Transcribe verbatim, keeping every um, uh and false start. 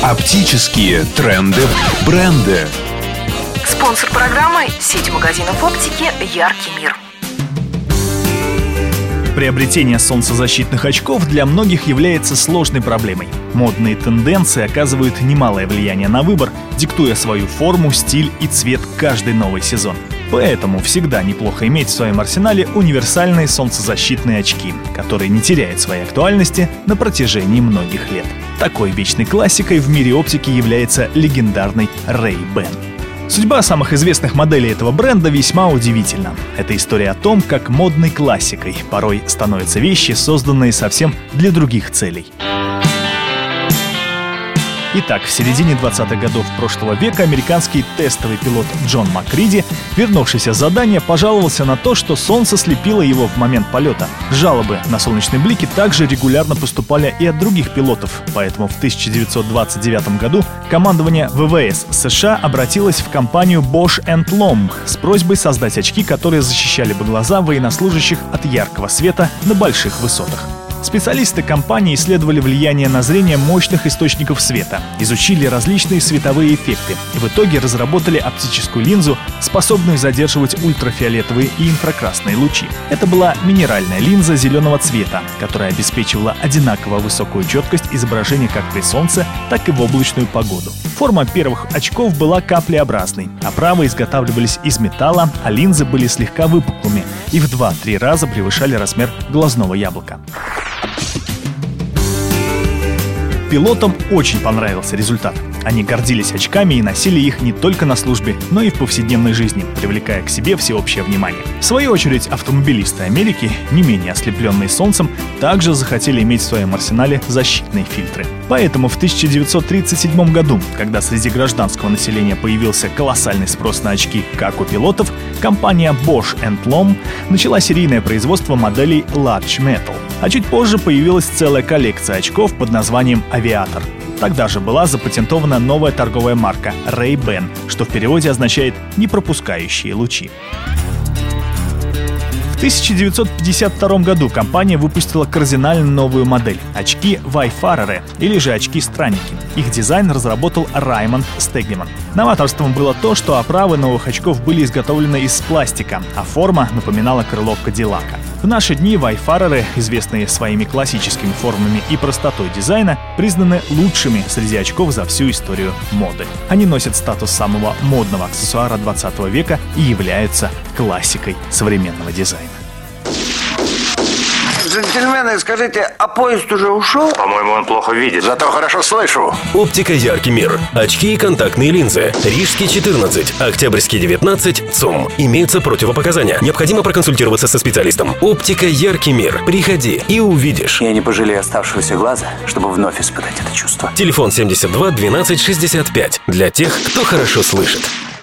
Оптические тренды, бренды. Спонсор программы – сеть магазинов оптики «Яркий мир». Приобретение солнцезащитных очков для многих является сложной проблемой. Модные тенденции оказывают немалое влияние на выбор, диктуя свою форму, стиль и цвет каждый новый сезон. Поэтому всегда неплохо иметь в своем арсенале универсальные солнцезащитные очки, которые не теряют своей актуальности на протяжении многих лет. Такой вечной классикой в мире оптики является легендарный Ray-Ban. Судьба самых известных моделей этого бренда весьма удивительна. Это история о том, как модной классикой порой становятся вещи, созданные совсем для других целей. Итак, в середине двадцатых годов прошлого века американский тестовый пилот Джон Макриди, вернувшийся с задания, пожаловался на то, что солнце слепило его в момент полета. Жалобы на солнечные блики также регулярно поступали и от других пилотов, поэтому в тысяча девятьсот двадцать девятом году командование вэ вэ эс США обратилось в компанию Bausch энд Lomb с просьбой создать очки, которые защищали бы глаза военнослужащих от яркого света на больших высотах. Специалисты компании исследовали влияние на зрение мощных источников света, изучили различные световые эффекты и в итоге разработали оптическую линзу, способную задерживать ультрафиолетовые и инфракрасные лучи. Это была минеральная линза зеленого цвета, которая обеспечивала одинаково высокую четкость изображения как при солнце, так и в облачную погоду. Форма первых очков была каплеобразной, оправы изготавливались из металла, а линзы были слегка выпуклыми и в два-три раза превышали размер глазного яблока. Пилотам очень понравился результат. Они гордились очками и носили их не только на службе, но и в повседневной жизни, привлекая к себе всеобщее внимание. В свою очередь, автомобилисты Америки, не менее ослепленные солнцем, также захотели иметь в своем арсенале защитные фильтры. Поэтому в тысяча девятьсот тридцать седьмом году, когда среди гражданского населения появился колоссальный спрос на очки, как у пилотов, компания Bausch энд Lomb начала серийное производство моделей Large Metal. А чуть позже появилась целая коллекция очков под названием «Авиатор». Тогда же была запатентована новая торговая марка Ray-Ban, что в переводе означает «не пропускающие лучи». В тысяча девятьсот пятьдесят втором году компания выпустила кардинально новую модель – очки Wayfarer, или же очки-странники. Их дизайн разработал Раймонд Стегман. Новаторством было то, что оправы новых очков были изготовлены из пластика, а форма напоминала крыло Кадиллака. В наши дни Wayfarer, известные своими классическими формами и простотой дизайна, признаны лучшими среди очков за всю историю моды. Они носят статус самого модного аксессуара двадцатого века и являются классикой современного дизайна. Джентльмены, скажите, а поезд уже ушел? По-моему, он плохо видит. Зато хорошо слышу. Оптика «Яркий мир». Очки и контактные линзы. Рижский четырнадцать, Октябрьский девятнадцать, ЦУМ. Имеются противопоказания. Необходимо проконсультироваться со специалистом. Оптика «Яркий мир». Приходи и увидишь. Я не пожалею оставшегося глаза, чтобы вновь испытать это чувство. Телефон семьдесят два двенадцать шестьдесят пять. Для тех, кто хорошо слышит.